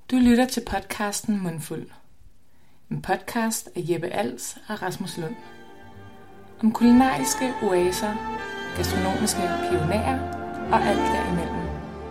Du lytter til podcasten Mundfuld. En podcast af Jeppe Als og Rasmus Lund. Om kulinariske oaser, gastronomiske pionerer og alt derimellem.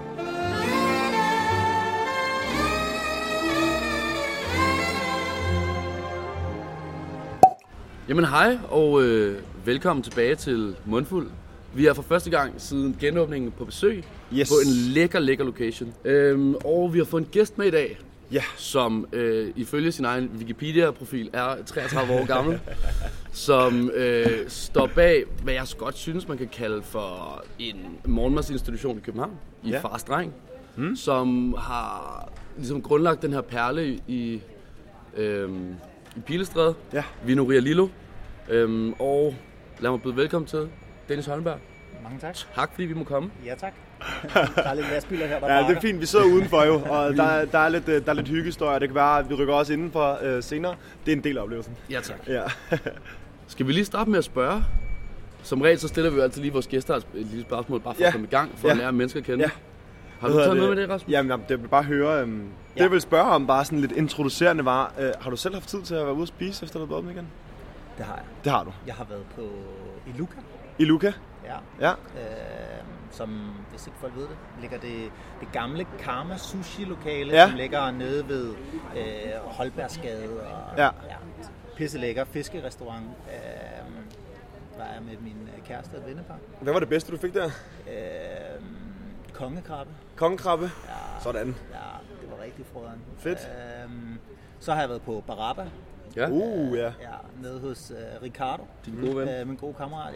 Jamen hej og velkommen tilbage til Mundfuld. Vi er for første gang siden genåbningen på besøg på en lækker location. Og vi har fået en gæst med i dag, som ifølge sin egen Wikipedia-profil er 33 år gammel. Som står bag, hvad jeg så godt synes, man kan kalde for en morgenmadsinstitution i København, i Fars Dreng. Som har ligesom grundlagt den her perle i Pilestræde, Vinoria Lillo. Og lad mig byde velkommen til Dennis Holmberg. Mange tak. Tak fordi vi må komme. Ja tak. Der er lidt lastbiler her, der ja, det er fint. Vi sidder udenfor jo, og der er lidt hyggehistorie. Det kan være, at vi rykker også indenfor senere. Det er en del af oplevelsen. Ja tak. Ja. Skal vi lige starte med at spørge? Som regel så stiller vi jo altid lige vores gæster et lille spørgsmål, bare for at komme i gang, for at lære mennesker at kende. Ja. Har du taget noget med det, Rasmus? Jamen, det vil bare høre. Det jeg vil spørge om, bare sådan lidt introducerende var. Har du selv haft tid til at være ude at spise, efter du er blevet åbnet igen? Det har jeg. Det har du. Jeg har været på Iluka. Iluka? Ja. Som, hvis ikke folk ved det, ligger det gamle Karma Sushi-lokale, som ligger nede ved Holbergsgade. Og, pisse lækker fiskerestaurant. Der er med min kæreste og vennepar. Hvad var det bedste, du fik der? Kongekrabbe. Kongekrabbe? Ja. Sådan. Ja, det var rigtig froderen. Fedt. Så har jeg været på Barabba. Ja. Ja, nede hos Ricardo. Din gode ven. Min gode kammerat,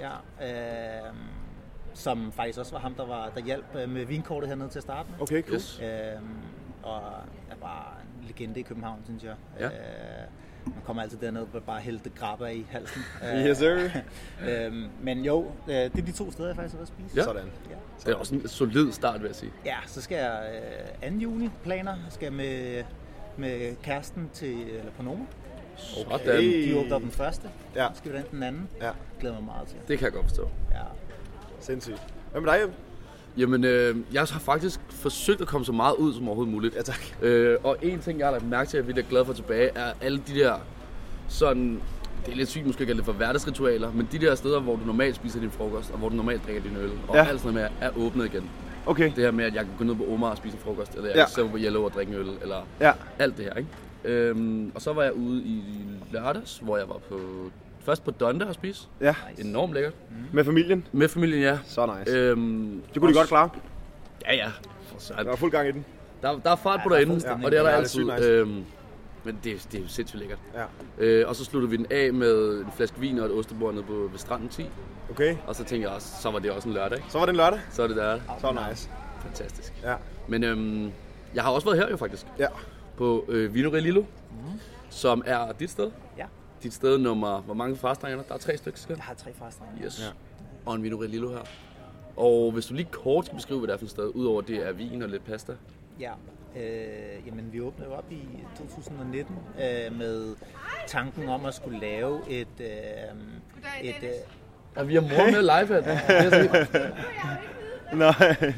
som faktisk også var ham, der hjalp med vinkortet hernede til at starte med. Okay, cool. Yes. Og er bare en legende i København, synes jeg. Ja. Man kommer altid dernede og bare hælde grabber i halsen. Yes, sir. Men jo, det er de to steder, jeg faktisk har været at spise. Ja. Sådan. Ja. Det er også en solid start, vil jeg sige. Ja, så skal jeg 2. juni planer. Skal med kæresten på Noma. Sådan. De åbner den første. Ja. Så skal vi den anden. Ja. Glæder mig meget til. Det kan jeg godt forstå. Ja. Sindssygt. Hvad med dig, Jeppe? Jamen, jeg har faktisk forsøgt at komme så meget ud som overhovedet muligt. Ja, tak. Og en ting, jeg har lagt mærke til, at jeg er virkelig glad for tilbage, er alle de der sådan, det er lidt sygt måske at kalde det for hverdagsritualer, men de der steder, hvor du normalt spiser din frokost, og hvor du normalt drikker din øl, og alt sådan noget med, er åbnet igen. Okay. Det her med, at jeg kan gå ned på Omar og spise en frokost, eller jeg kan sidde på Yellow og drikke en øl, eller alt det her, ikke? Og så var jeg ude i lørdags, hvor jeg var først på Donda og spise. Ja. Enormt lækkert. Med familien? Med familien, ja. Så nice. Det kunne de godt klare? Ja. Der var fuld gang i den. Der er fart på derinde, og det er der altid. Nice. Men det er jo sindssygt lækkert. Ja. Og så sluttede vi den af med en flaske vin og et ostebord nede ved Stranden 10. Okay. Og så tænkte jeg også, så var det også en lørdag, ikke? Så var det en lørdag? Så er det der. Så nice. Fantastisk. Ja. Men jeg har også været her jo faktisk. Ja. På Vinoria Lillo, som er dit sted. Ja. Dit sted nummer, hvor mange farstrenger? Der er 3 stykker, skal? Jeg har 3 farstrenger. Yes. Ja. Og en Vinoria Lillo her. Og hvis du lige kort skal beskrive, hvad det er for et sted, udover det er vin og lidt pasta. Ja. Jamen, vi åbnede jo op i 2019 med tanken om at skulle lave et og vi har mor med live her. Nej.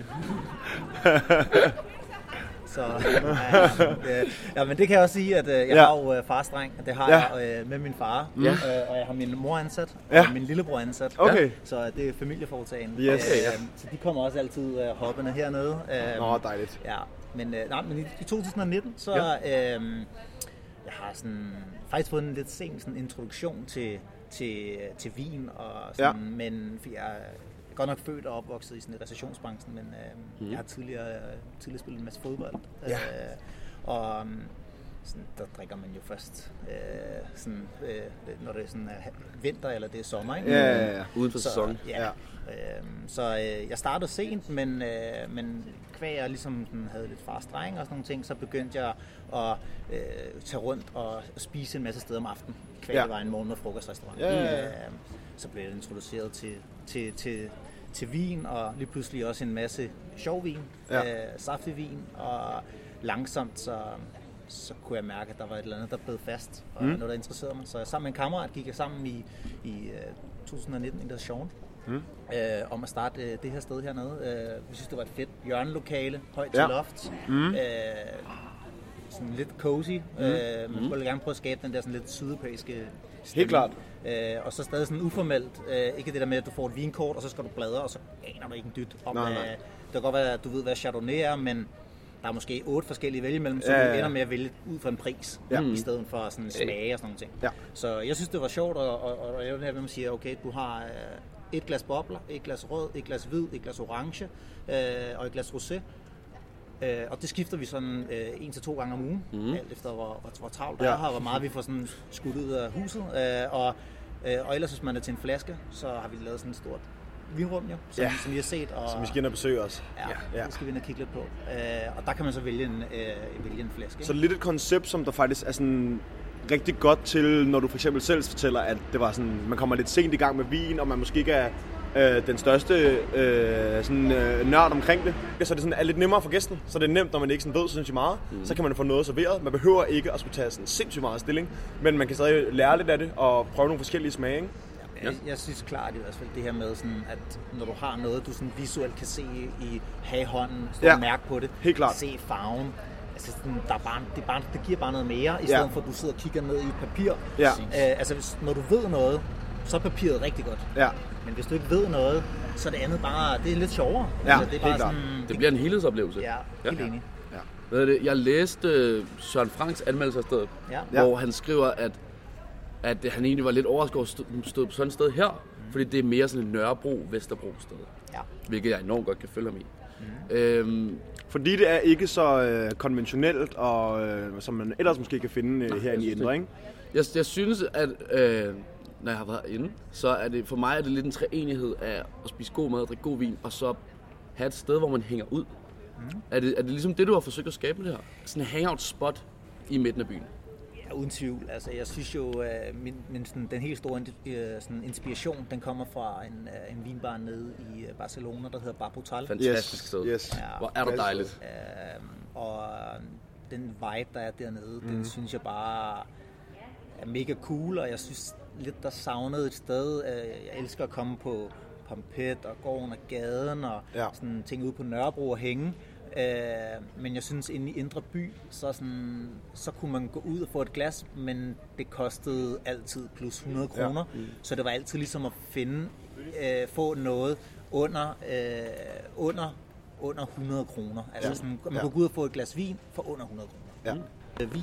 Så men det kan jeg også sige, at jeg har jo farstreng. Det har jeg med min far, og jeg har min mor ansat, og min lillebror ansat. Okay. Så det er familieforetagende. Yes. Så de kommer også altid hoppende hernede. Dejligt. Ja, men i 2019, så jeg har sådan faktisk fået en lidt sen sådan introduktion til vin og sådan, men jeg er godt nok født og opvokset i sådan en recessionsbranchen, men jeg har tidligere spillet en masse fodbold. Og sådan, der drikker man jo først når det er sådan vinter eller det er sommer, ikke? Ja. Uden for sæsonen. Så jeg startede sent, men kvæg jeg ligesom havde lidt farstreng og sådan nogle ting, så begyndte jeg at tage rundt og spise en masse steder om aftenen. Kvæg det var en morgen- og frokostrestaurant. Så blev jeg introduceret til vin, og lige pludselig også en masse sjov vin, saftig vin, og langsomt så kunne jeg mærke, at der var et eller andet, der blev fast, og noget, der interesserede mig. Så sammen med en kammerat gik jeg sammen i 2019, der Sean, om at starte det her sted hernede. Vi synes, det var et fedt hjørnelokale, højt til loft. sådan lidt cozy. Man vil gerne prøve at skabe den der sådan lidt sydeuropæiske stemning. Helt klart. Og så stadig sådan uformelt. Ikke det der med, at du får et vinkort, og så skal du bladre, og så aner du ikke en dyt om, det kan godt være, at du ved, hvad Chardonnay er, men der er måske 8 forskellige vælge imellem, så du ender med at vælge ud fra en pris, i stedet for sådan smage og sådan nogle ting. Ja. Så jeg synes, det var sjovt, og jeg vil have, at man siger, okay, du har et glas bobler, et glas rød, et glas hvid, et glas orange og et glas rosé. Og det skifter vi sådan 1 til 2 gange om ugen, alt efter hvor travlt der er her, og hvor meget vi får sådan skudt ud af huset. Og ellers, hvis man er til en flaske, så har vi lavet sådan et stort vinrum, som I har set. Og som vi skal ind og besøge os. Ja, det skal vi ind og kigge lidt på. Og der kan man så vælge en flaske. Så lidt et koncept, som der faktisk er sådan rigtig godt til, når du for eksempel selv fortæller, at det var sådan, man kommer lidt sent i gang med vin, og man måske ikke er den største nørd omkring det. Så det er lidt nemmere for gæsten, så det er nemt, når man ikke sådan ved så sindssygt meget. Så kan man få noget serveret. Man behøver ikke at skulle tage sådan sindssygt meget stilling, men man kan stadig lære lidt af det og prøve nogle forskellige smage, ikke? Jeg synes klart i hvert fald det her med, sådan, at når du har noget, du sådan visuelt kan se have i hånden, mærke på det, se farven. Altså sådan, det giver bare noget mere, i stedet for at du sidder og kigger ned i et papir. Ja. Når du ved noget, så er papiret rigtig godt. Ja. Men hvis du ikke ved noget, så er det andet bare, det er lidt sjovere. Ja, det er bare sådan, det bliver en helhedsoplevelse. Ja, helt enig. Ja. Jeg læste Søren Franks anmeldelse af stedet, hvor han skriver, at han egentlig var lidt overrasket over at stå på sådan et sted her, fordi det er mere sådan et Nørrebro, Vesterbro sted. Ja. Hvilket jeg enormt godt kan følge ham i. Fordi det er ikke så konventionelt, og som man ellers måske kan finde herinde i Indre, ikke? Jeg synes, at når jeg har været inde, så er det for mig lidt en treenighed af at spise god mad og drikke god vin, og så have et sted, hvor man hænger ud. Er det ligesom det, du har forsøgt at skabe det her? Sådan en hangout spot i midten af byen? Ja, uden tvivl. Altså, jeg synes jo, den helt store sådan inspiration, den kommer fra en vinbar nede i Barcelona, der hedder Bar Brutal. Fantastisk sted. Yes. Ja, hvor er det dejligt. Og den vibe, der er dernede, den synes jeg bare er mega cool, og jeg synes lidt, der savnede et sted. Jeg elsker at komme på Pompet og gården og gaden og sådan ting ude på Nørrebro og hænge. Men jeg synes, inde i Indre By, så kunne man gå ud og få et glas, men det kostede altid plus 100 kroner. Ja. Så det var altid ligesom at få noget under 100 kroner. Altså sådan, man kunne gå ud og få et glas vin for under 100 kroner. Ja. Vin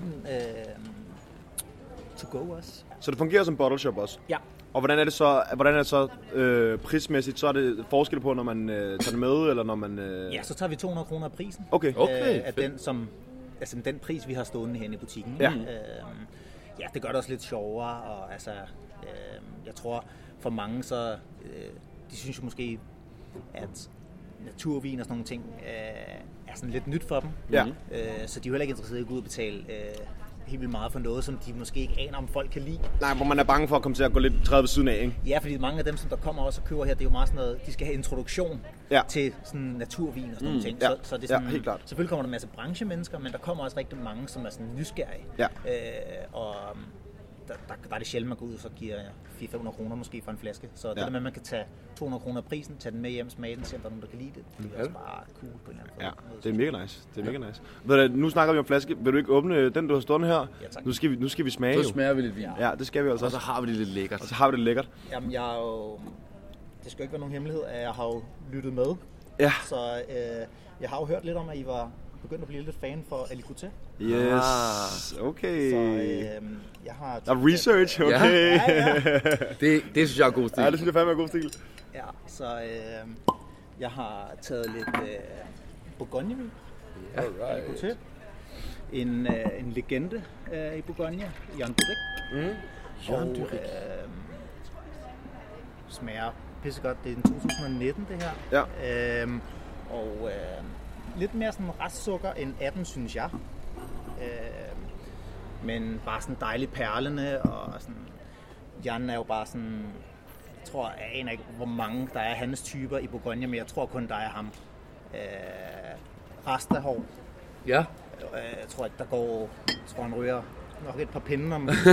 to go også. Så det fungerer som bottle shop også? Ja. Og hvordan er det så prismæssigt? Så er det forskel på, når man tager det med, eller når man... Ja, så tager vi 200 kroner af prisen. Okay. Af den pris, vi har stående herinde i butikken. Ja. Det gør det også lidt sjovere, og jeg tror for mange, så de synes jo måske, at naturvin og sådan nogle ting er sådan lidt nyt for dem. Ja. Så de er jo heller ikke interesseret i at gå ud og betale helt vildt meget for noget, som de måske ikke aner, om folk kan lide. Nej, hvor man er bange for at komme til at gå lidt træet ved siden af, ikke? Ja, fordi mange af dem, som der kommer også og køber her, det er jo meget sådan noget, de skal have introduktion til sådan naturvin og sådan nogle ting. Så det er sådan, helt klart. Selvfølgelig kommer der en masse branchemennesker, men der kommer også rigtig mange, som er sådan nysgerrige. Ja. Og der er det sjældent, man går ud og så giver 400-500 kroner måske for en flaske. Så det der med, at man kan tage 200 kroner af prisen, tage den med hjem, smage den, se om der er nogen, der kan lide det. Det er også bare cool på en eller anden måde. Ja, det er mega nice. Det er mega nice. Ved du, nu snakker vi om flaske. Vil du ikke åbne den, du har stående her? Ja, tak. Nu skal vi smage. Så smager vi lidt vin. Ja, det skal vi altså. Og så har vi det lidt lækkert. Jamen, det skal jo ikke være nogen hemmelighed, at jeg har jo lyttet med. Ja. Så jeg har jo hørt lidt om, at I var begyndt at blive lidt fan for Alicoté. Yes, okay. Så jeg har... Der er research, okay. Ja. Det synes jeg er god stil. Ja, det synes jeg fandme er god stil. Ja, så jeg har taget lidt Bourgogne-vin. Alicoté. En legende i Bourgogne, Jan Duric. Jan Duric. Smager pissegodt. Det er 2019, det her. Ja. Lidt mere sådan restsukker end 18, synes jeg. Men bare sådan dejligt perlende, og sådan... Jan er jo bare sådan... Jeg aner ikke, hvor mange der er hans typer i Bourgogne, men jeg tror kun, der er ham. Rastahov. Ja. Jeg tror, der går... han ryger nok et par pinde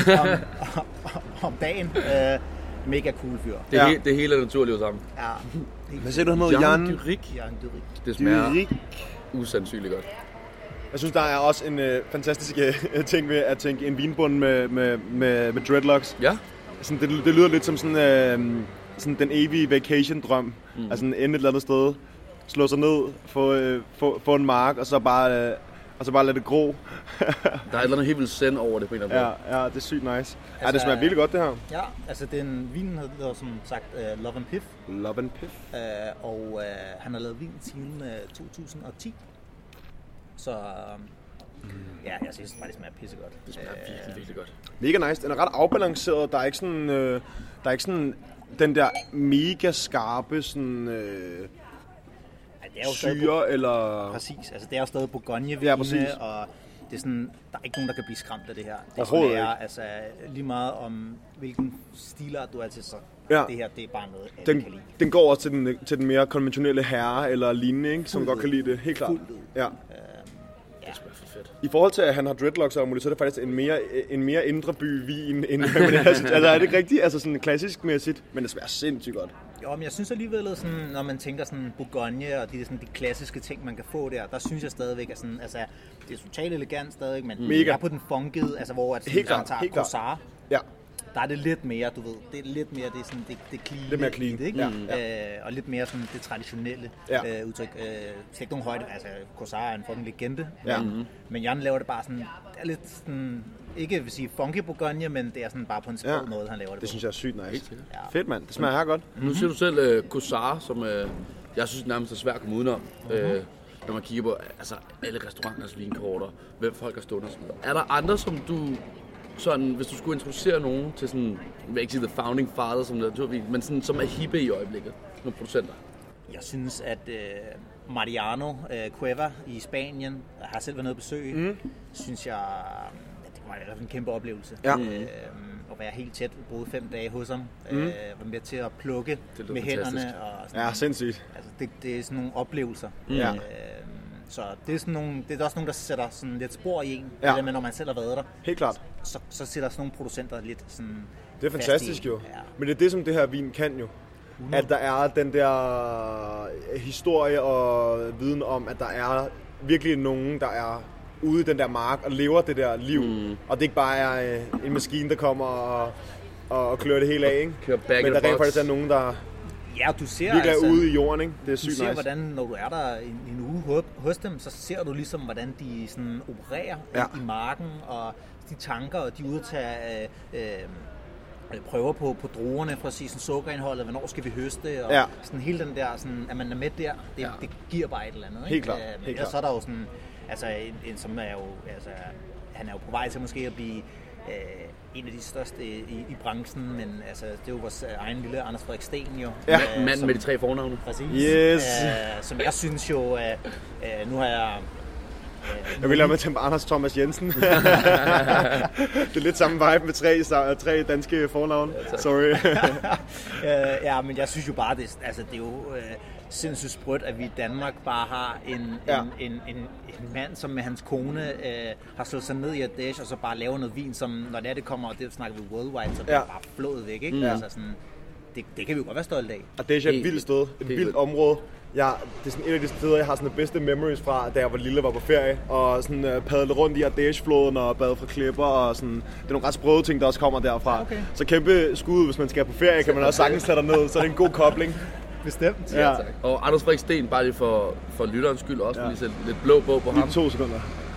om dagen. Mega cool fyr. Det hele er naturligt sammen. Ja. Hvad siger du, han hedder? Jan Duric. Jan Duric. Det smager usandsynligt godt. Jeg synes, der er også en fantastisk ting ved at tænke en vinbund med dreadlocks. Ja. Sådan, det lyder lidt som sådan den evige vacation-drøm. Altså ende et eller andet sted, slå sig ned, få en mark, og så bare lade det gro. Der er et eller andet helt vildt send over det på en eller anden måde. Ja, det er sygt nice. Altså, det smager virkelig godt, det her. Ja, altså vinen hedder som sagt Love and Piff. Love and Piff. Og han har lavet vin siden 2010. Så ja, jeg synes bare, det smager pissegodt. Det smager virkelig godt. Mega nice. Den er ret afbalanceret. Der er ikke sådan den der mega skarpe sådan syre eller... Præcis. Altså det er jo stadig Bourgogne-vine, og det er sådan, der er ikke nogen, der kan blive skræmt af det her. Det smager altså lige meget om hvilken stilart du er til, så det her, det er bare noget, alle kan lide. Den går også til den mere konventionelle herre eller lignende, ikke? Som godt kan lide det. Helt klart. Ja. Det smager fedt. I forhold til, at han har dreadlocks og så er det faktisk en mere indre by vin, end altså er det ikke rigtigt? Altså sådan klassisk mæssigt, men det smager sindssygt godt. Jo, men jeg synes alligevel, sådan, når man tænker sådan Bourgogne og de klassiske ting, man kan få der synes jeg stadigvæk, at sådan, altså, det er totalt elegant stadig, men det er på den funkede, altså hvor at, sådan, man tager Corsare, der er det lidt mere, du ved, det er lidt mere, det er sådan, det clean. Lidt mere clean, ikke? Og lidt mere sådan det traditionelle udtryk. Ikke nogen højde, altså Corsare er en fucking legende, men Jan laver det bare sådan, det er lidt sådan, ikke vil sige funky Bourgogne, men det er sådan bare på en sprød måde, han laver det på. Det synes jeg er sygt nice. Ja. Fedt, mand. Det smager her godt. Nu siger du selv Corsare, som jeg synes nærmest er svært at komme udenom. Når man kigger på altså, alle restauranters vinkorter, hvem folk har stået og sådan noget. Er der andre, som du... Sådan, hvis du skulle introducere nogen til sådan, jeg vil ikke sige the founding father, som naturligvis, men sådan, som er hippe i øjeblikket, nogle producenter? Jeg synes, at Mariano Cueva i Spanien, jeg har selv været nede at besøge, synes jeg, det var i hvert fald en kæmpe oplevelse. Ja. At være helt tæt, boede 5 dage hos ham, var med til at plukke med hænderne. Og sådan, ja, sindssygt. Altså, det er sådan nogle oplevelser. Ja. Så det er, sådan nogle, det er også nogen, der sætter sådan lidt spor i en, men når man selv har været der. Helt klart. Så sætter sådan nogle producenter lidt sådan. Det er fantastisk jo. Ja. Men det er det, som det her vin kan jo. 100. At der er den der historie og viden om, at der er virkelig nogen, der er ude i den der mark og lever det der liv. Og det ikke bare er en maskine, der kommer og klør det hele af, ikke? Men der rent faktisk er nogen, der... Ja, du ser virkelig er ude i jorden, ikke? Det er sygt nice. Du ser, hvordan, når du er der en uge hos dem, så ser du ligesom, hvordan de sådan opererer i marken, og de tanker, og de udtager prøver på druerne for at sige sådan sukkerindholdet, hvornår skal vi høste, og sådan hele den der, sådan, at man er med der, det giver bare et eller andet, ikke? Helt klart. Så er der jo sådan, altså en som er jo, altså, han er jo på vej til måske at blive en af de største i branchen, men altså, det er jo vores egen lille Anders Frederik Steen jo. Ja, manden med de 3 fornavne. Præcis. Yes. Som jeg synes jo, nu har jeg... Jeg vil lade mig tænke på Anders Thomas Jensen. Det er lidt samme vibe med 3 danske fornavne. Sorry. Ja, men jeg synes jo bare, det er jo sindssygt sprødt, at vi i Danmark bare har en mand, som med hans kone har slået sig ned i Ardèche, og så bare laver noget vin, som når det kommer, og det snakker vi worldwide, så det er bare flået væk, ikke? Altså sådan, det kan vi jo godt være stolte af. Ardèche er et vildt sted, et vildt område. Det er sådan et af de steder, jeg har sådan de bedste memories fra, da jeg var lille, var på ferie, og sådan padlede rundt i Ardèche-floden og bade fra klipper, og sådan, det er nogle ret sprøde ting, der også kommer derfra. Okay. Så kæmpe skud, hvis man skal på ferie, kan man også sagtens tage derned, så det er en god kobling. Bestemt. Ja. Og Anders Frederik Steen, bare lige for lytterens skyld også, lige sætte lidt blå bog på ham. 2 sekunder.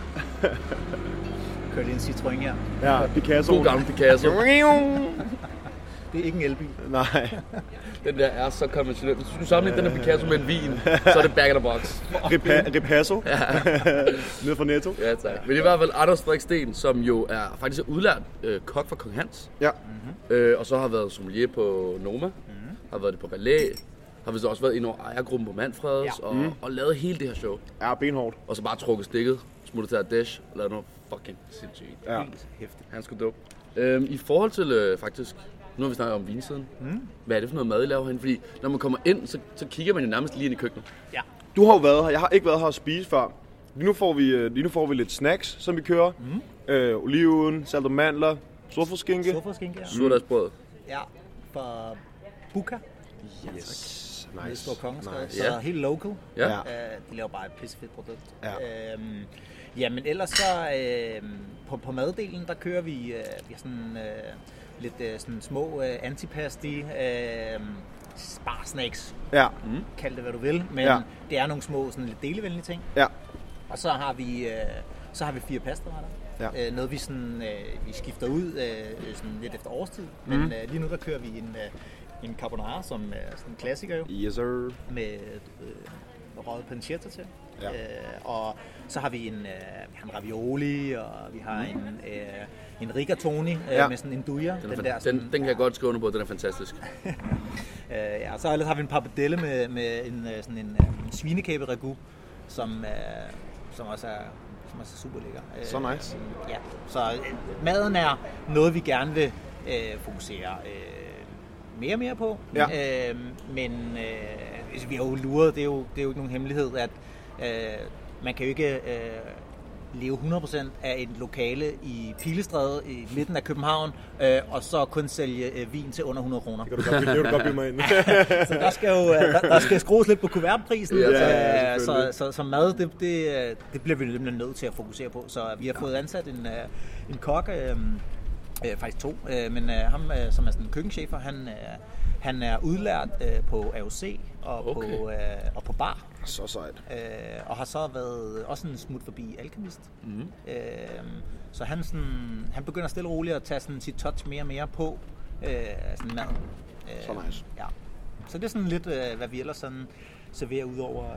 Kør lige en Citroën her. Ja, Picasso. God gammel Picasso. Det er ikke en elbil. Nej. Den der er så konventionel. Hvis du skulle sammenligne den her Picasso med en vin, så er det back in the box. Ripasso. Nede fra Netto. Ja, tak. Men i hvert fald Anders Frederik Steen, som jo er faktisk udlært kok for Kong Hans. Ja. Og så har været sommelier på Noma. Har været det på Valais. Har vist også været inde over ejergruppen på Manfreds. Og lavet hele det her show. Ja, benhårdt. Og så bare trukket stikket. Smuttet til Ardèche. Og lavet noget fucking sindssygt. Ja. Hæftigt. Han skulle dukke. I forhold til faktisk... Nu har vi snakket om vinsiden. Hvad er det for noget mad, I laver herinde? Fordi når man kommer ind, så kigger man jo nærmest lige ind i køkkenet. Ja. Du har jo været her. Jeg har ikke været her at spise før. Lige nu får vi lidt snacks, som vi kører. Oliven, salt og mandler, surfoskinke. Surfoskinke, ja. Surdagsbrød. Ja, fra Buka. Yes. Nice. Så helt local. Ja. De laver bare et pissefedt produkt. Ja. Jamen ellers så på maddelen, der kører vi har sådan lidt sådan små antipasti, sparsnacks. Ja. Kald det hvad du vil, men det er nogle små sådan lidt delevenlige ting. Ja. Og så har vi 4 pastaretter. Ja. Noget vi sådan vi skifter ud sådan lidt efter årstid, men lige nu der kører vi en carbonara, som er sådan en klassiker jo. Yes sir. Med røget pancetta til. Ja. Og så har vi en ravioli, og vi har en rigatoni med sådan en duja. Den kan jeg godt skrive under på, den er fantastisk. Og så ellers har vi en pappardelle med en svinekæbe ragu, som også er super lækker. Så nice. Ja, så maden er noget, vi gerne vil fokusere mere og mere på. Ja. Men vi har jo luret, det er jo ikke nogen hemmelighed, at man kan jo ikke leve 100% af et lokale i Pilestræde i midten af København, og så kun sælge vin til under 100 kroner. Det kan du godt blive mig ind. Så der skal jo der skal skrues lidt på kuvertprisen. Ja, så mad, det bliver vi nødt til at fokusere på. Så vi har fået ansat en kok, faktisk 2, men ham, som er sådan en køkkenchefer, han er udlært på AOC og på bar. Så sejt. Og har så været også en smut forbi Alkemist. Så han begynder stille og roligt at tage sådan sit touch mere og mere på sådan mad. Så nice. Ja. Så det er sådan lidt, hvad vi ellers sådan serverer udover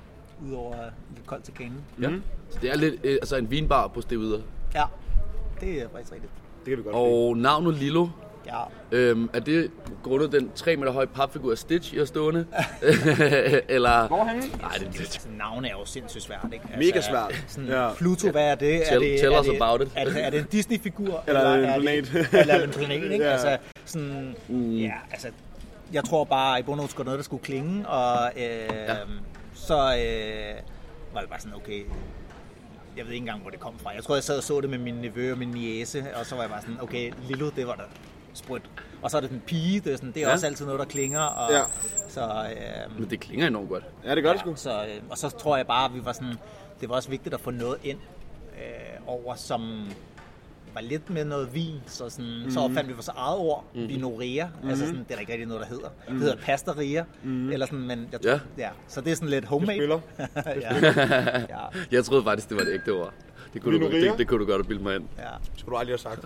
lidt koldt til kanen. Ja. Så det er lidt altså en vinbar på Stevider. Ja, det er faktisk rigtigt. Det kan vi godt og navnet Lilo. Ja. Er det grundet den 3 meter høje papfigur Stitch, I har stående? Eller... Hvor hænger? Nej, det er lidt... Navnet er jo sindssygt svært, ikke? Mega svært. Sådan, Pluto, hvad er det? Tell us about it. Er det en Disney-figur? Eller en planet? Eller en planet, ikke? Altså, sådan... Ja, altså... Jeg tror bare, i bund og grund noget, der skulle klinge, og så var det bare sådan, okay... Jeg ved ikke engang, hvor det kom fra. Jeg tror, jeg sad og så det med min nevø og min niece, og så var jeg bare sådan, okay, Lilo, det var da sprødt. Og så er det den pige, det er også altid noget, der klinger. Og, så, men det klinger enormt godt. Ja, det gør det sgu. Og så tror jeg bare, at vi var sådan, det var også vigtigt at få noget ind over, som var lidt med noget vin. Så, sådan, så opfandt vi vores eget ord, vinoria. Altså sådan, det er der ikke rigtig noget, der hedder. Det hedder pastaria. Eller sådan, men jeg tror, så det er sådan lidt homemade. Du spiller. Jeg troede faktisk, det var et ægte ord. Det kunne du godt have bildet mig ind. Ja. Det skulle du aldrig have sagt.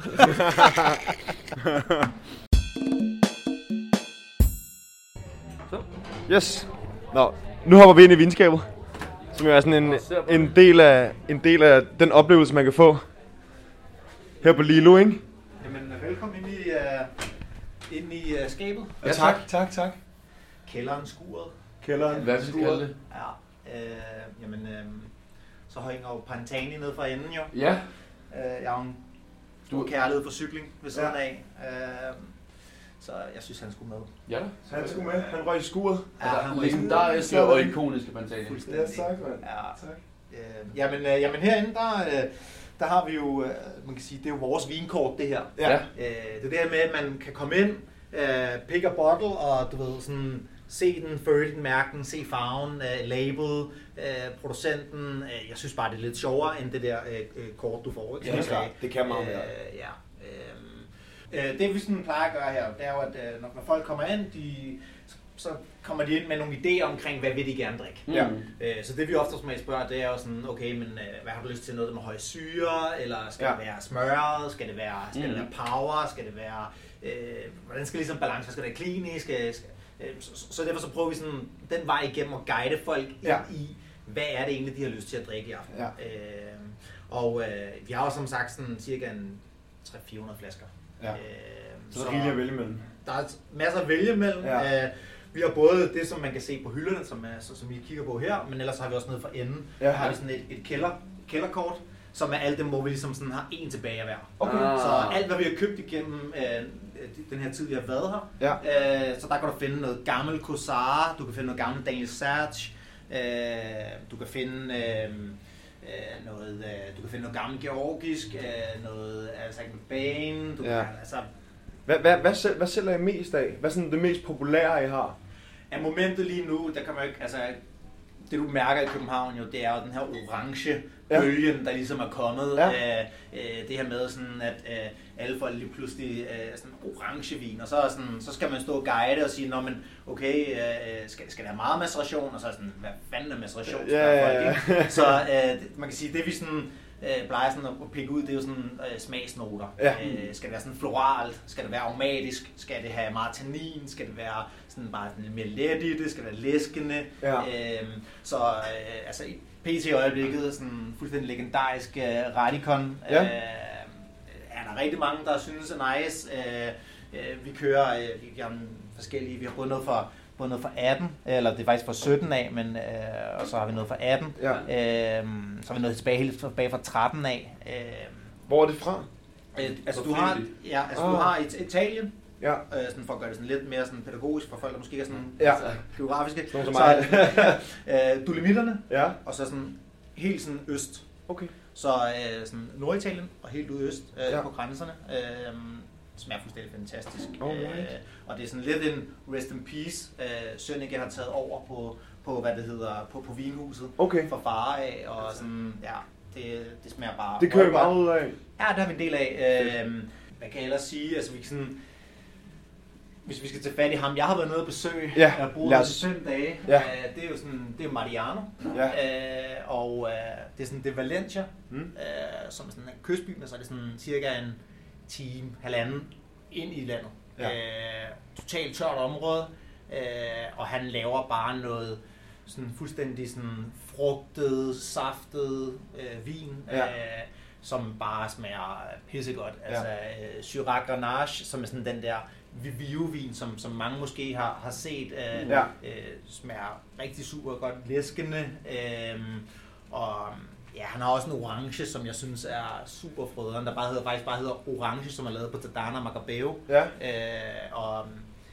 Så. Yes. Nå, nu hopper vi ind i vinskabet, som jo er sådan en del af den oplevelse, man kan få her på Lilo, ikke? Jamen, velkommen ind i skabet. Ja, tak. Kælderen, skuret. Hvad skal vi kalde det? Ja, så hænger jo Pantani ned fra enden, jo. Ja. Jeg har en stor kærlighed for cykling ved siden af. Så jeg synes, han skulle med. Ja, han skulle med. Han røg i skuret. Ja, han legendariske og ikoniske Pantani. Fuldstændig. Ja, tak, mand. Ja. Tak. Jamen herinde, der har vi jo, man kan sige, det er jo vores vinkort, det her. Ja. Det er det her med, at man kan komme ind, pick a bottle, og du ved, sådan, se den, føle den, mærke den, se farven, label, producenten. Jeg synes bare, det er lidt sjovere, end det der kort, du får. Ikke? Ja, det er klart. Det kan meget mere. Det vi sådan plejer at gøre her, det er jo, at når folk kommer ind, så kommer de ind med nogle idéer omkring, hvad vil de gerne drikke. Ja. Så det vi ofte spørger, det er jo sådan, okay, men hvad har du lyst til? Noget, der med høj syre, eller skal det være smørret, skal det være power, skal det være, hvordan skal ligesom balance, skal det være klinisk, så derfor så prøver vi sådan den vej igennem at guide folk ind i, hvad er det egentlig, de har lyst til at drikke i aften. Ja. Vi har jo som sagt sådan cirka 300-400 flasker. Ja. Så der er rigeligt at vælge mellem. Der er masser at vælge mellem. Ja. Vi har både det, som man kan se på hylderne, som vi kigger på her, men ellers har vi også nede for enden. Ja. Har vi sådan et kælderkort, som er alt dem, hvor vi ligesom sådan har en tilbage af hver. Okay. Så alt, hvad vi har købt igennem den her tid, vi har været her, så der kan du finde noget gammel Kosara, du kan finde noget gammel Daniel Serge, du kan finde noget gammel georgisk, noget Bane, Hvad sælger I mest af? Hvad er sådan det mest populære, I har? Af momentet lige nu, der kan man ikke, altså det du mærker i København jo, det er jo den her orange bølgen, der ligesom er kommet. Det her med sådan, at alle folk lige pludselig sådan orange vin, og så skal man stå og guide og sige, nå, men okay, skal det have meget maceration, og så er sådan, hvad fanden er maceration? Så man kan sige, det vi sådan plejer sådan at pikke ud, det er jo sådan smagsnoter. Skal det være sådan floralt? Skal det være aromatisk? Skal det have meget tannin? Skal det være sådan bare lidt mere let i det? Skal det være læskende? Altså PT i øjeblikket sådan fuldstændig legendarisk Radikon. Er der rigtig mange, der synes er nice. Vi kører vi har forskellige. Vi har både noget fra 18, eller det er faktisk fra 17 af, men og så har vi noget fra 18. Så har vi noget helt tilbage fra 13 af. Hvor er det fra? Du har Italien. Sådan for at gøre det sådan lidt mere sådan pædagogisk for folk, der måske ikke er sådan geografiske. Så Dolomitterne, og så sådan helt sådan øst. Okay. Så sådan Norditalien og helt ude øst på grænserne. Smager fuldstændig fantastisk. Og det er sådan lidt en rest in peace. Sønneke har taget over på hvad det hedder, på vinhuset fra far af, og sådan, det smager bare. Det kører meget ud af. Ja, det har vi en del af. Hvad kan jeg ellers sige? Altså, hvis vi skal tage fat i ham, jeg har været nede og besøge, jeg har boet i 5 dage. Det er jo sådan, det er Mariano, og det er sådan, det er Valencia, som er sådan en kystby, men så er det sådan cirka en time, halvanden ind i landet. Totalt tørt område, og han laver bare noget sådan fuldstændig sådan frugtet, saftet vin, som bare smager pissegodt. Altså Syrah Grenache, som er sådan den der Vivio-vin, som mange måske har set, smager rigtig super godt læskende, og han har også en orange, som jeg synes er super frøderen, der faktisk bare hedder Orange, som er lavet på Tadana Macabeo. Og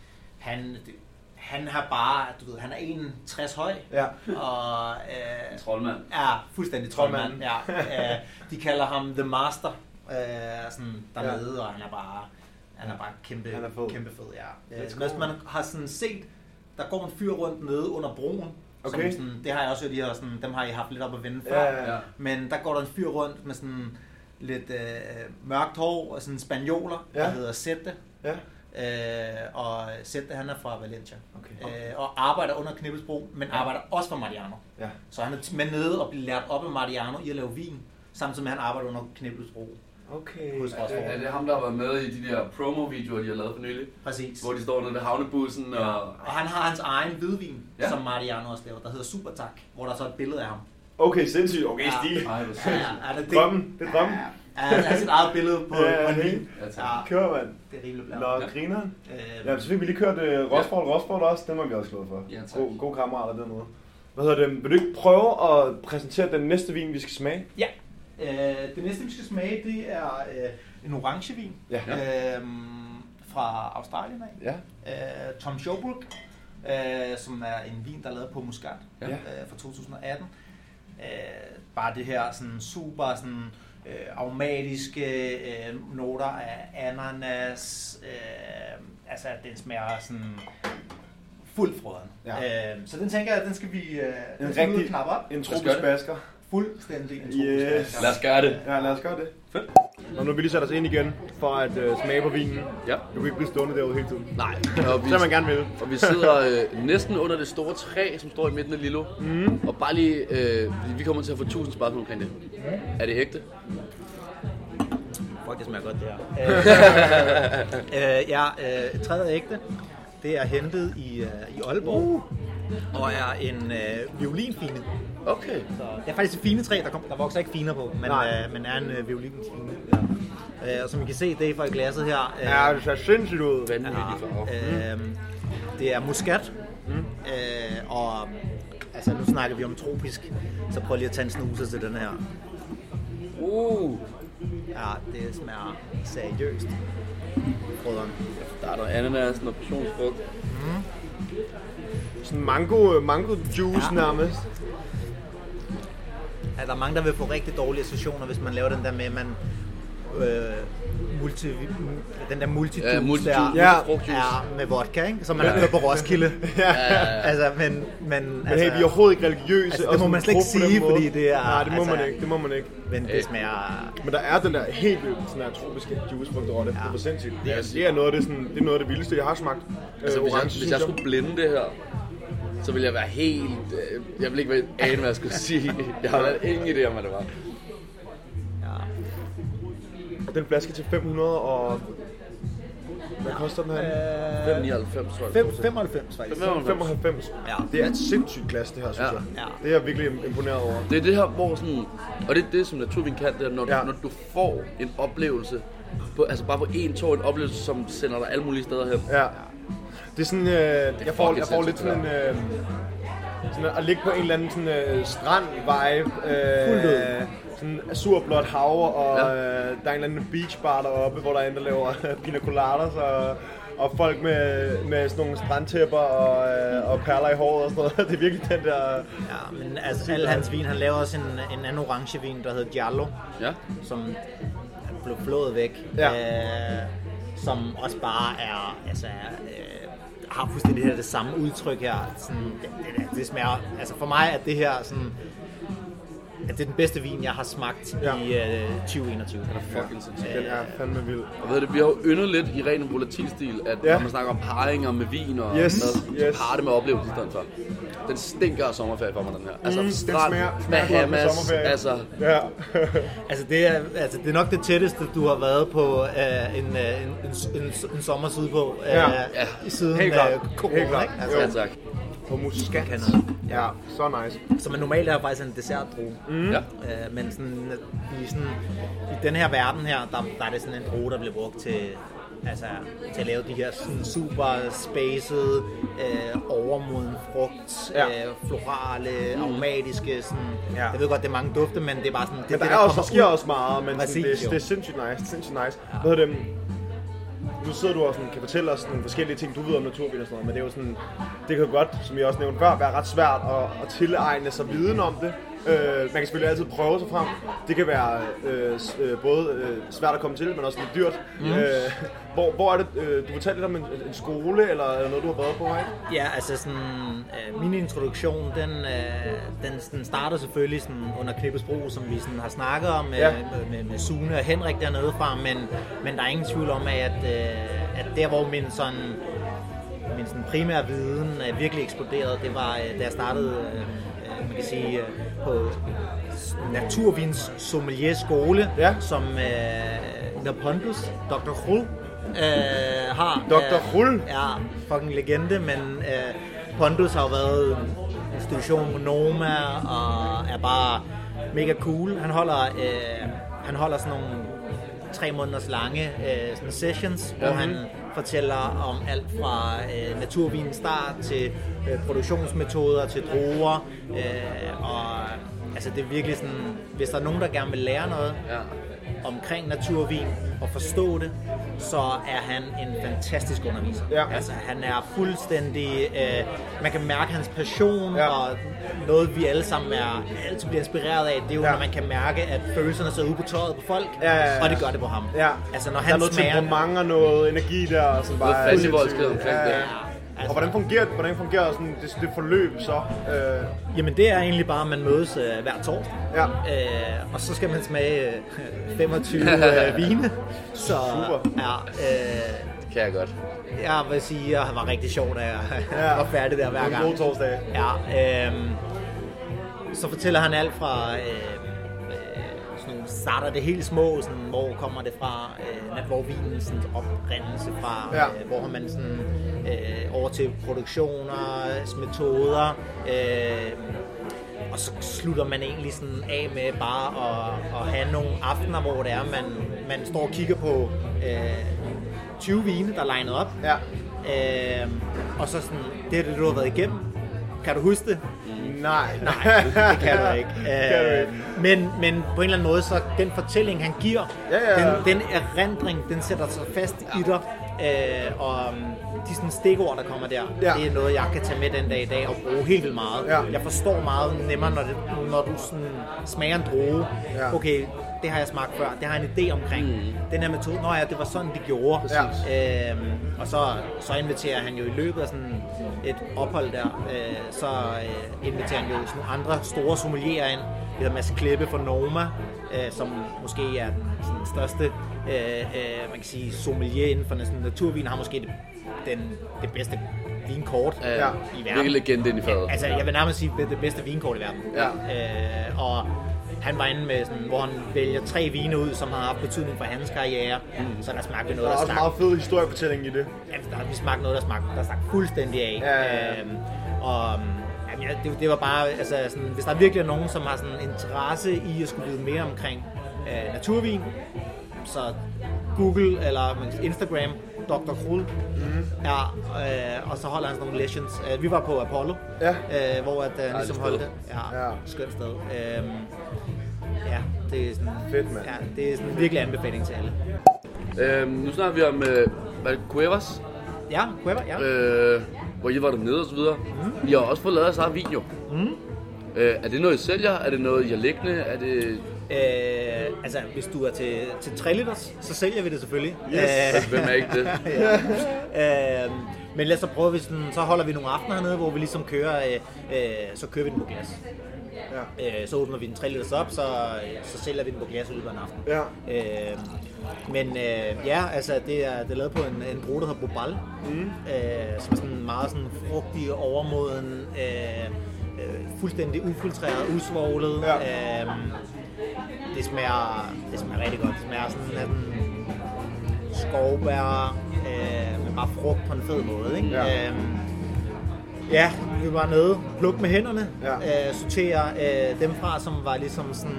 han har bare, du ved, han er 1,60 høj. Og troldmand. Ja, fuldstændig troldmand. De kalder ham The Master, sådan dernede, og han er bare kæmpe fed. Hvis man har sådan set, der går en fyr rundt nede under broen. Okay. Sådan, det har jeg også hørt, dem har I haft lidt op at vende før. Men der går der en fyr rundt med sådan lidt mørkt hår og sådan spanioler, der hedder Sette. Og Sette, han er fra Valencia. Og arbejder under Knibbelsbro, men arbejder også for Mariano. Så han er med nede og bliver lært op af Mariano i at lave vin, samtidig med at han arbejder under Knibbelsbro. Er det ham, der har været med i de der promo-videoer, de har lavet for nylig? Præcis. Hvor de står nede ved havnebussen og han har hans egen hvidvin, som Mariano også laver, der hedder Supertak, hvor der så er et billede af ham. Okay, sindssygt. Okay, stil. Det er drømmen. Det er drømmen. Han har sit eget billede på en vin. Kører, mand. Det er rimelig blandt. Nå, grineren. Så fik vi lige kørt Rosford også. Den var vi også glade for. God kammerater dernede. Hvad hedder det? Vil du ikke prøve at præsentere den næste vin, vi skal smage? Ja. Det næste, vi skal smage, det er en orangevin fra Australien af. Tom Sherbrooke, som er en vin, der er lavet på Muscat fra 2018. Bare det her sådan super sådan, aromatiske noter af ananas. Altså, den smager sådan fuldt frøden. Så den tænker jeg, den skal vi knappe op. En tropisk basker. Fuldstændig en tropisk basker. Lad os gøre det. Ja, lad os gøre det. Fedt. Og nu vil vi lige sætte os ind igen for at smage på vinen. Du kan ikke blive stående derude hele tiden. Nej. Så man gerne vil. Og vi sidder næsten under det store træ, som står i midten af Lillo. Og bare lige, vi kommer til at få 1000 spørgsmål omkring det. Er det ægte? Fuck, det smager godt, det her. Træet er ægte. Det er hentet i Aalborg. Og er en violinfine. Okay. Så det er faktisk et fine træ, der vokser ikke finer på, men er en violinfine. Og som I kan se, det er fra glasset her. Det ser sindssygt ud. Det er muskat. Og altså, nu snakker vi om tropisk, så prøv lige at tage en snuse til den her. Ja, det smager seriøst. Frøderen. Der er noget ananas, noget passionsfrugt. Sådan mango juice nærmest. Ja, der er mange, der vil få rigtig dårlige associationer, hvis man laver den der med, at man den der multijuice med vodka, ikke? Som man har kørt på Roskilde. Altså, men hey, vi er overhovedet ikke religiøse. Altså, det må man slet ikke sige, fordi det er... Nej, det må man ikke. Men det smager... Men der er den der helt vildt sådan her tropiske juicepunkt over det. Det er sindssygt. Det er noget af det vildeste, jeg har smagt. Altså, hvis jeg skulle blinde det her, så ville jeg være helt... jeg ville ikke ane, hvad jeg skulle sige. Jeg har ingen idé om, hvad det var. Og den flaske til 500 og... Hvad koster den her? 5,99 tror jeg. 95 faktisk. 95. Ja. Det er et sindssygt glas, det her, synes jeg. Ja. Det er jeg virkelig imponeret over. Det er det her, hvor sådan... Og det er det, som naturvin kan, det er, når du får en oplevelse, altså bare på en tår, en oplevelse, som sender dig alle mulige steder hen. Ja. Det er sådan... Jeg får lidt sådan en... sådan at ligge på en eller anden sådan strand-vibe. Sådan azurblåt hav, og der er en eller anden beachbar deroppe, hvor der er en, der laver pina coladas, og folk med sådan nogle strandtæpper og perler i håret og sådan noget. Det er virkelig den der... Ja, men altså alle hans vin, han laver også en anden orange vin, der hedder Giallo, som blev flået væk, som også bare er... Altså, har fuldstændig det samme udtryk her. Sådan, det smager... Altså for mig er det her sådan... At det er den bedste vin, jeg har smagt i 2021. Den er fucking sindssygt. Den er fandme vild. Og ved det, vi har jo yndet lidt i ren volatilstil, at når man snakker om paringer med vin og mad, så parrer det med oplevelser i stedet for. Den stinker af sommerferie for mig, den her. Altså strand, Bahamas, altså... Ja. Altså det er nok det tætteste, du har været på en sommer sydpå siden corona, ikke? Altså, ja, tak. På muskat. Ja, så nice. Som normalt er faktisk en dessertdrue. Men sådan, i den her verden her, der er det sådan en drue, der bliver brugt til at lave de her sådan super spacede, overmoden frugt, florale, aromatiske. Sådan, jeg ved godt, det er mange dufte, men det er bare sådan... Der sker også meget, men sådan, det er sindssygt nice. Hvad hedder det? Nu sidder du og sådan, kan fortælle os nogle forskellige ting, du ved om naturvin og sådan noget, men det er jo sådan, det kan jo godt, som jeg også nævnte før, være ret svært at tilegne sig viden om det. Man kan selvfølgelig altid prøve sig frem. Det kan være både svært at komme til, men også lidt dyrt. Hvor er det, du fortalte lidt om en skole, eller noget, du har været på, ikke? Ja, altså sådan, min introduktion, den starter selvfølgelig sådan under Knippelsbro, som vi sådan har snakket om med Sune og Henrik dernede fra, men der er ingen tvivl om, at der hvor min sådan primære viden virkelig eksploderede, det var da jeg startede man kan sige på naturvins sommelier skole, som Pondus, Dr. Hull har. Dr. Hull? Ja, fucking legende, men Pondus har jo været en institution på Noma og er bare mega cool. Han holder sådan nogle 3 måneders lange sådan sessions, hvor han fortæller om alt fra naturvinens start til produktionsmetoder til druer, og altså det er virkelig sådan, hvis der er nogen, der gerne vil lære noget omkring naturvin og forstå det, så er han en fantastisk underviser. Altså han er fuldstændig, man kan mærke hans passion, og noget vi alle sammen altid bliver inspireret af, det er jo når man kan mærke, at følelserne sidder ude på tøjet på folk, og det gør det på ham. Altså når han der er noget temperament og noget energi der, som bare er festivalsked omkring det. Og hvordan fungerer sådan det forløb så? Jamen det er egentlig bare, at man mødes hver torsdag, og så skal man smage 25 vine. Så, super. Det kan jeg godt. Jeg vil sige, at det var rigtig sjovt, da jeg var færdig der hver gang. En god torsdag. Så fortæller han alt fra... starter det helt små, sådan, hvor kommer det fra, hvor vinen sådan oprindelse fra, hvor har man sådan over til produktioner, metoder, og så slutter man egentlig sådan af med bare at have nogle aftener, hvor det er, man står og kigger på 20 vine, der er linet op, og så sådan, det er det, du har været igennem. Kan du huske det? Nej, det kan du ikke. Men på en eller anden måde, så den fortælling, han giver, den erindring, den sætter sig fast i dig. Og de sådan stikord, der kommer der, det er noget, jeg kan tage med den dag i dag og bruge helt vildt meget. Jeg forstår meget nemmere, når du sådan smager en droge. Okay, det har jeg smagt før, det har jeg en idé omkring. Den her metode, det var sådan, de gjorde. Ja. Og så inviterer han jo i løbet af sådan et ophold der, så inviterer han jo sådan nogle andre store sommelierer ind. Det hedder Mads Kleppe fra Noma, som måske er den største man kan sige, sommelier inden for sådan naturvin, har måske det bedste vinkort i verden. Virkelig legende ind i fadet. Altså, jeg vil nærmest sige, det bedste vinkort i verden. Ja. Og han var inde med sådan, hvor han vælger 3 vine ud, som har haft betydning for hans karriere. Så der smagte noget, der er også meget fed historiefortælling i det. Ja, vi smagte noget, der stak fuldstændig af. Det var bare, altså sådan, hvis der virkelig er nogen, som har sådan interesse i at skulle vide mere omkring naturvin, så Google eller Instagram, Dr. Krul, og så holder han sådan nogle legends. Vi var på Apollo, hvor at ligesom holdt det. Skønt sted. Det er sådan fedt, mand. Ja, det er sådan en virkelig anbefaling til alle. Nu snakker vi om Cuevas. Ja, Cueva, ja. Hvor I var dernede og så videre. I har også fået lavet jeres egen vin jo. Er det noget I sælger? Er det noget I har liggende? Er det... Altså, hvis du er til 3 liters, så sælger vi det selvfølgelig. Yes. Hvem er ikke det? Men lad os så prøve, så holder vi nogle aftener hernede, hvor vi ligesom kører, så kører vi den på glas. Ja. Så åbner vi den 3 liters op, så sælger vi den på glas i løbet af en aften. Ja. Altså det er lavet på en drue, der hedder Bobal, som er sådan meget sådan frugtig, overmoden, fuldstændig ufiltreret, usvoglet. Det smager rigtig godt. Det smager sådan skovbær med bare frugt på en fed måde, ikke? Ja, vi var nede, plukke med hænderne, sortere dem fra, som var ligesom sådan,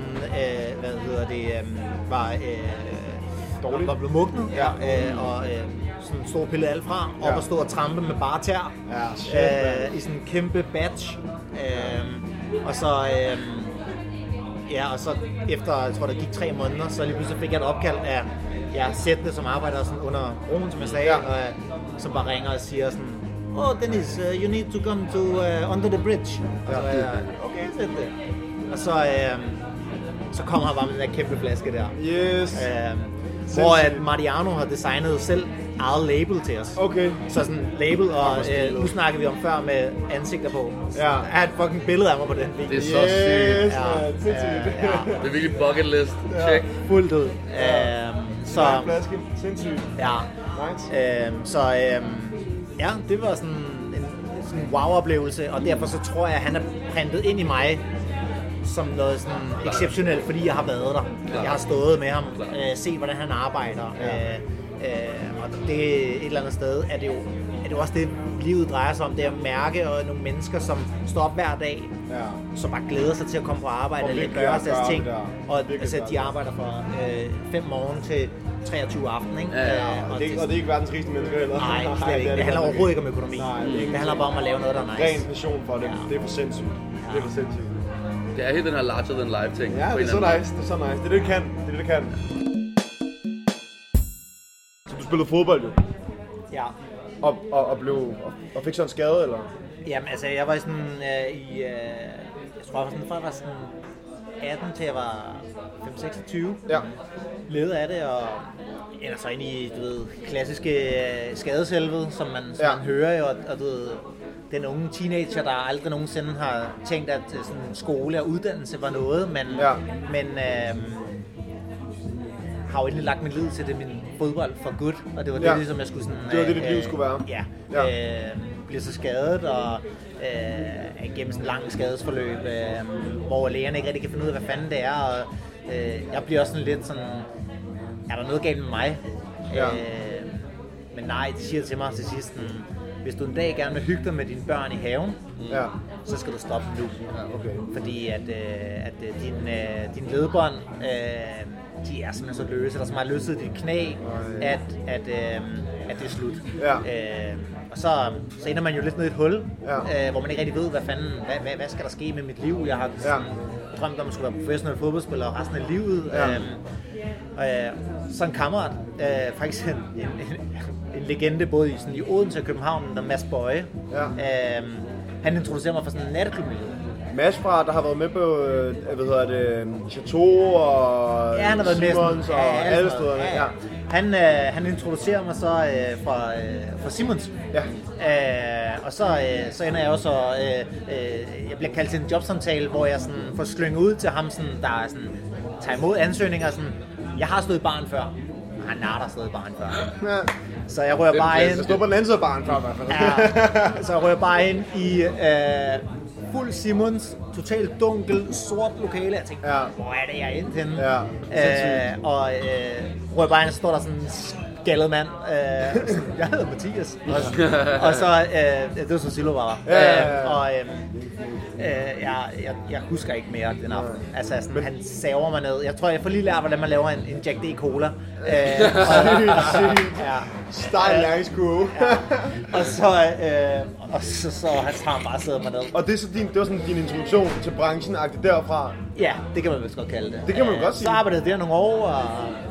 var blevet mugnet, og sådan stor pille alt fra, op og stå og trampe med bare tær, i sådan en kæmpe batch, og så efter, jeg tror der gik 3 måneder, så lige pludselig fik jeg et opkald af Sætte, som arbejder sådan under broen, som jeg sagde, og som bare ringer og siger sådan, Dennis, you need to come to under the bridge. Og så okay, Sætte. Og så kommer han bare med den der kæmpe flaske der. Yes. Hvor at Mariano har designet selv eget label til os. Okay. Så sådan label, og nu snakker vi om før med ansigter på. Ja. Jeg har et fucking billede af mig på den video. Det er så sygt. Det er virkelig bucket list. Check. Fuldt ud. Så flaske. Sindssygt. Ja. Nice. Ja, det var sådan en wow-oplevelse, og derfor så tror jeg, at han er printet ind i mig som noget sådan exceptionelt, fordi jeg har været der. Jeg har stået med ham, set hvordan han arbejder. Og det et eller andet sted er det jo også det, livet drejer sig om, det at mærke og nogle mennesker, som står op hver dag, som bare glæder sig til at komme på arbejde eller gøre deres ting. Og altså, de arbejder fra 5 morgen til 23 aften, ikke? Og det er ikke verdens rigeste mennesker heller. Nej, slet ikke. Det handler overhovedet ikke om økonomi. Det handler bare om at lave noget, der er nice. Ren passion for det. Det er for sindssygt. Det er for sindssygt. Det er helt den her larger than life ting. Ja, det er så nice. Det er så nice. Det er det kan. Så du spillede fodbold jo? Ja. Og fik så en skade, eller? Jamen, altså, jeg var sådan jeg tror, jeg var sådan, fra jeg var sådan 18 til jeg var 5-26. Ja. Levede af det, og ender så ind i, du ved, klassiske skadeshelvede, som man hører jo, og du ved, den unge teenager, der aldrig nogensinde har tænkt, at sådan skole og uddannelse var noget, men har jo endelig lagt mit liv til det, min fodbold for good, og det var det, ligesom jeg skulle sådan... Det var det, dit liv skulle være. Bliver så skadet, og gennem sådan en lang skadesforløb, hvor lægerne ikke rigtig kan finde ud af, hvad fanden det er, og jeg bliver også sådan lidt sådan, er der noget galt med mig? Men nej, de siger til mig til sidst, hvis du en dag gerne vil hygge dig med dine børn i haven, så skal du stoppe nu. Fordi at din ledbånd, de er simpelthen så løse, der er så meget løshed i dit knæ, at det er slut. Og så ender man jo lidt ned i et hul, hvor man ikke rigtig ved, hvad skal der ske med mit liv. Jeg har drømt om at skulle være professionel fodboldspiller resten af livet. Så en kammerat, faktisk en legende både i Odense og København, der Mads Bøje, han introducerer mig for sådan en natteklubmiljø. Mads fra, der har været med på, Chateau og han har været Simons og alle stederne. Ja. Han introducerer mig så fra Simons. Ja. Og så ender jeg også, jeg bliver kaldt til en jobsamtale, hvor jeg sådan får slynget ud til ham, sådan, der sådan, tager imod ansøgninger. Sådan, jeg har stået i baren før. Han har stået i baren før. Ja. Så jeg rører bare ind. Jeg stod på den anden side af baren før i hvert fald. Ja, så jeg rører bare ind i fuld Simons, totalt dunkel, sort lokale. Jeg tænkte, hvor er det, jeg er ind til? Ja. Rører bare ind, så står der sådan en skaldet mand. Jeg hedder Mathias. Og så, det var så Silo var der. Jeg husker ikke mere den aften. Altså, sådan, han saver mig ned. Jeg tror, jeg får lige lært, hvordan man laver en Jack D. Cola. Stejl læringskurve. Og så har han bare siddet mig ned. Og det er så det var sådan din introduktion til branchen-agtigt derfra? Ja, det kan man vist godt kalde det. Det kan man godt sige. Så arbejdede der nogle år, og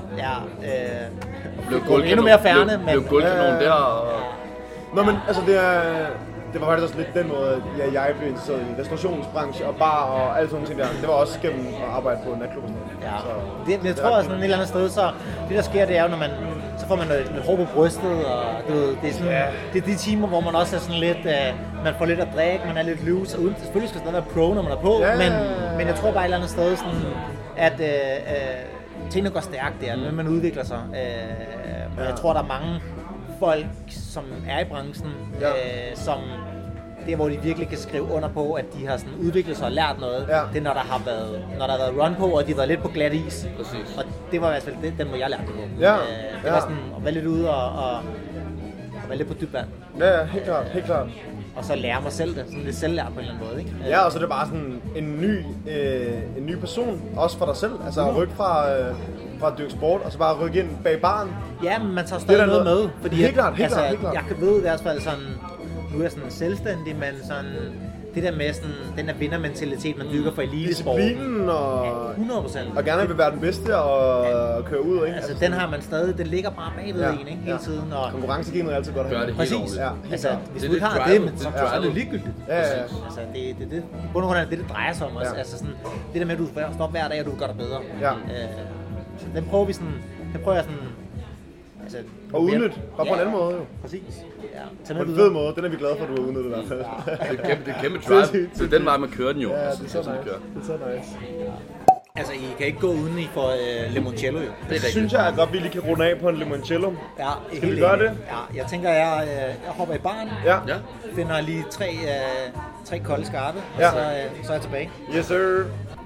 blev endnu mere færne. Blev guldkanon der, og... Nå, men altså det var faktisk også lidt den måde, jeg blev interesseret i restaurationsbranche og bar og alt sådan noget der. Det var også gennem at arbejde på natklub og sådan noget. Ja, jeg tror også sådan et eller andet sted, så det der sker, det er jo, når man, så får man lidt hår på brystet, og det er sådan, det er de timer, hvor man også er sådan lidt, man får lidt at drikke, man er lidt loose, og selvfølgelig skal der være pro, når man er på, men jeg tror bare et eller andet sted, sådan, at tingene går stærkt der, når man udvikler sig. Men jeg tror, der er mange folk, som er i branchen, som det, hvor de virkelig kan skrive under på, at de har sådan udviklet sig og lært noget, det er, når der har været run på, og de har været lidt på glat is. Præcis. Og det var i hvert fald den måde, jeg lærte det på. Det var sådan at være lidt ude og være lidt på dybt vand. Ja, helt klart. Og så lære mig selv det, sådan lidt selvlært på en eller anden måde, ikke? Ja, og så er det bare sådan en ny person, også for dig selv. Altså at rykke fra at dyrke sport, og så bare rykke ind bag baren. Ja, men man tager stadig noget med, fordi helt klart. Jeg kan ved i hvert fald sådan, nu er jeg sådan selvstændig, men sådan det der med sådan, den der vindermentalitet, man dyrker for elitesport. Disciplinen og... 100%. Og gerne vil være den bedste og køre ud, ikke? Altså den har man stadig, den ligger bare bagved en, ikke? Hele tiden. Og konkurrencegenet er altid godt at have. Præcis. Altså, hvis du ikke har det, så er det ligegyldigt. Altså, det bund og grund er det drejer sig om også. Altså sådan, det der med, at du står op hver dag, og du gør det bedre. Så den prøver jeg sådan... Altså, og udnytte, bare på en anden måde jo. Præcis. Ja. På en fed måde, den er vi glade for, at du har udnyttet i hvert fald. Det er kæmpe drive, så den vej man kører den jo. Ja, det er så nice. Altså, I kan ikke gå uden I for limoncello jo. Det synes jeg, at godt vi lige kan runde af på en limoncello. Ja, skal vi gøre det? Ja, jeg tænker, jeg hopper i baren. Ja. Finder lige tre kolde skarpe, og så er jeg tilbage. Yes, sir.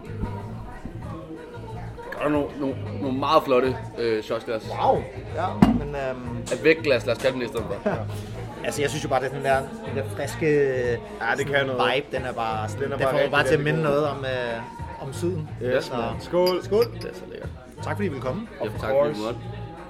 Der er nogle meget flotte shotsglas. Wow! Ja, men... Et vækglas, lad os kalde den i stedet for. Altså, jeg synes jo bare, det er den der friske det kan noget. Vibe, den er bare... Den får bare til at minde noget om syden. Yes, man. Skål! Det er så lækkert. Tak fordi I ville komme. Ja, tak fordi I måtte.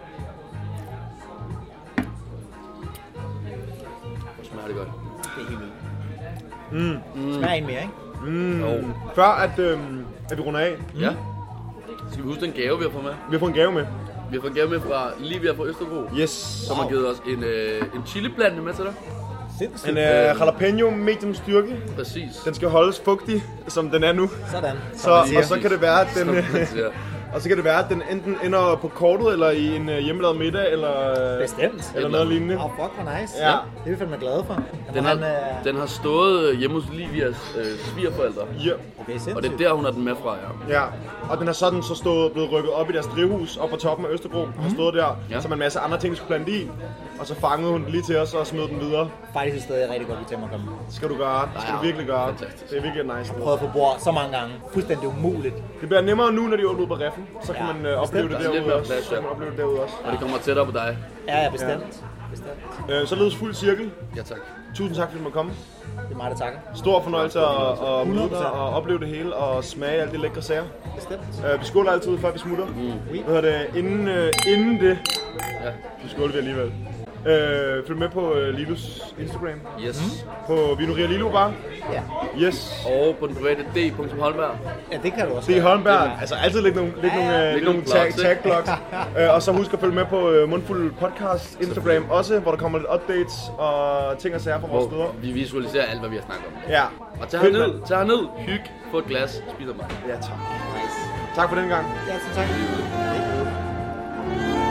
Hvor smager det godt. Det er helt vildt. Smager en mere, ikke? Før at vi runder af. Ja. Skal vi huske den gave, vi har fået med? Vi har fået en gave med. Vi har fået en gave med fra Livia fra Østerbro. Yes. Som har givet os en chiliblande med til dig. Sindssygt. En jalapeno medium styrke. Præcis. Den skal holdes fugtig, som den er nu. Sådan. Og så kan det være, at den... Og så kan det være, at den enten ender på kortet, eller i en hjemmelavet middag, eller... Bestemt. Eller noget lignende. Fuck, hvor nice. Ja. Det er vi fandme glade for. Den har stået hjemme hos Livias svigerforældre. Ja. Okay, sindssygt. Og det er der, hun har den med fra, Ja. Og den har sådan så blevet rykket op i deres drivhus, op på toppen af Østerbro, og stået der, så man en masse andre ting, der skulle plante i. Og så fangede hun den lige til os og smed den videre. Faktisk et sted, jeg rigtig godt vil til mig at komme. Det skal du gøre. Det skal du virkelig gøre. Fantastisk. Det er virkelig nice. Jeg har prøvet at få bord så mange gange. Fuldstændig umuligt. Det bliver nemmere nu, når de åbner ud på Reffen. Så kan man opleve det derude også. Og det kommer tættere på dig. Ja, bestemt. Således fuld cirkel. Ja, tak. Tusind tak, fordi du måtte komme. Det er mig, der takker. Stor fornøjelse at møde dig og opleve det hele og smage alle de lækre sager. Bestemt. Vi skåler altid, før vi smutter. Hvad hedder det? Inden det. Ja. Vi skåler vi alligevel. Følg med på Lilus Instagram. Yes. På Vinoria Lilo bare. Ja. Yes. Og på den private D.Holmberg. Ja, det kan du også. Det er Holmberg. Altså altid lægge nogle tag-blogs. Og så husk at følge med på Mundfuld Podcast Instagram også, hvor der kommer lidt updates og ting og sager fra vores steder. Vi visualiserer alt, hvad vi har snakket om. Ja. Og tag herned, hyg, få et glas, spis mad. Ja, tak. Nice. Tak for den gang. Ja, tak.